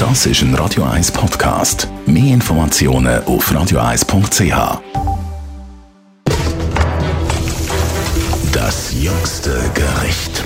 Das ist ein Radio 1 Podcast. Mehr Informationen auf radio1.ch. Das jüngste Gericht.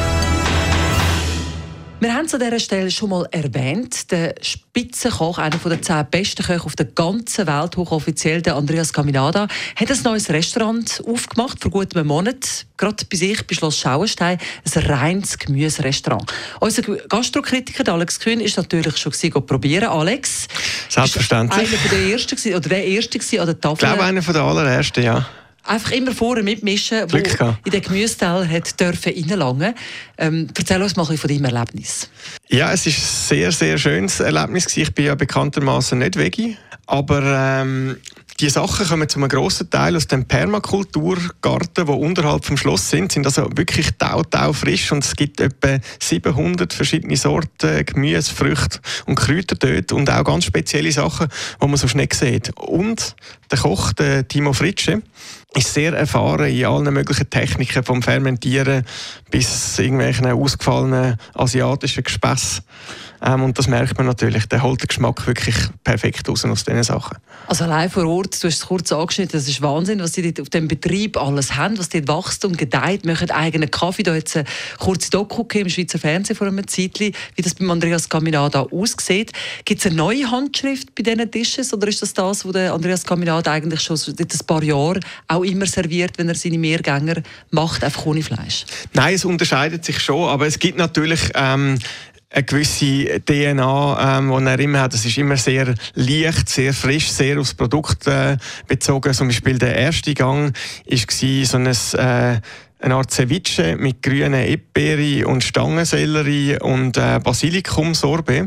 Wir haben es an dieser Stelle schon mal erwähnt. Der Spitzenkoch, einer der 10 besten Köche auf der ganzen Welt, hochoffiziell, der Andreas Caminada, hat ein neues Restaurant aufgemacht, vor gut einem Monat. Gerade bei sich, bei Schloss Schauenstein, ein reines Gemüserestaurant. Unser Gastrokritiker Alex Kühn ist natürlich schon probieren. Alex, selbstverständlich. Einer der Ersten oder der Erste an der Tafel? Ich glaube, einer der allerersten, ja. Einfach immer vorher mitmischen, wo in den Gemüseteller reinlangen. Erzähl uns mal ein bisschen von deinem Erlebnis. Ja, es war ein sehr, sehr schönes Erlebnis. Ich bin ja bekanntermaßen nicht Veggie, aber die Sachen kommen zu einem grossen Teil aus dem Permakulturgarten, der unterhalb vom Schloss sind also wirklich taufrisch und es gibt etwa 700 verschiedene Sorten Gemüse, Früchte und Kräuter dort und auch ganz spezielle Sachen, die man so schnell sieht. Und der Koch, der Timo Fritsche, ist sehr erfahren in allen möglichen Techniken, vom Fermentieren bis irgendwelchen ausgefallenen asiatischen Gespässen. Und das merkt man natürlich, der holt den Geschmack wirklich perfekt raus aus diesen Sachen. Also allein vor Ort, du hast es kurz angeschnitten, das ist Wahnsinn, was sie auf dem Betrieb alles haben, was dort wächst und gedeiht, machen eigenen Kaffee. Da hat es eine kurze Doku im Schweizer Fernsehen vor einem Zeitchen, wie das beim Andreas Caminada aussieht. Gibt es eine neue Handschrift bei diesen Dishes oder ist das, was der Andreas Caminada eigentlich schon seit ein paar Jahren auch immer serviert, wenn er seine Mehrgänger macht, einfach ohne Fleisch? Nein, es unterscheidet sich schon, aber es gibt natürlich eine gewisse DNA, die er immer hat. Das ist immer sehr leicht, sehr frisch, sehr aufs Produkt bezogen. Zum Beispiel der erste Gang war so eine Art Ceviche mit grünen Erdbeeren und Stangensellerie und Basilikum-Sorbet.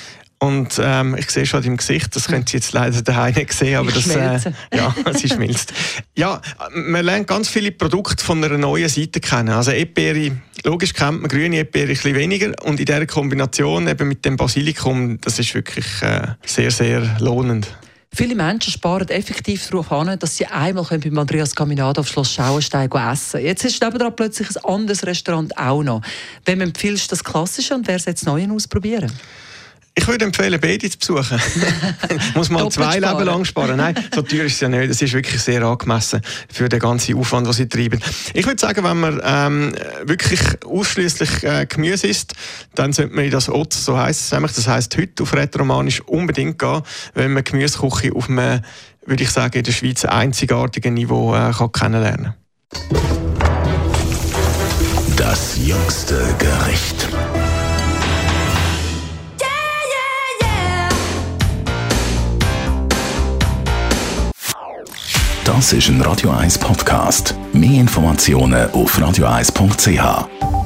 Und ich sehe schon im Gesicht, das können Sie jetzt leider daheim nicht sehen, aber sie schmilzt. Ja, man lernt ganz viele Produkte von einer neuen Seite kennen. Also Erdbeere, logisch kennt man grüne Erdbeere ein bisschen weniger und in dieser Kombination eben mit dem Basilikum, das ist wirklich sehr, sehr lohnend. Viele Menschen sparen effektiv darauf an, dass sie einmal beim Andreas Caminada auf Schloss Schauenstein essen können. Jetzt ist nebenan plötzlich ein anderes Restaurant auch noch. Wem empfiehlst du das Klassische und wer soll das Neue ausprobieren? Ich würde empfehlen, beide zu besuchen. Muss man 2 Leben lang sparen. Nein, so teuer ist es ja nicht. Das ist wirklich sehr angemessen für den ganzen Aufwand, den sie treiben. Ich würde sagen, wenn man wirklich ausschliesslich Gemüse isst, dann sollte man in das Oz, so heisst es nämlich, das heisst heute auf Rätoromanisch, unbedingt gehen, wenn man Gemüseküche auf einem, würde ich sagen, in der Schweiz einzigartigen Niveau kann kennenlernen. Das jüngste Gericht. Das ist ein Radio 1 Podcast. Mehr Informationen auf radio1.ch.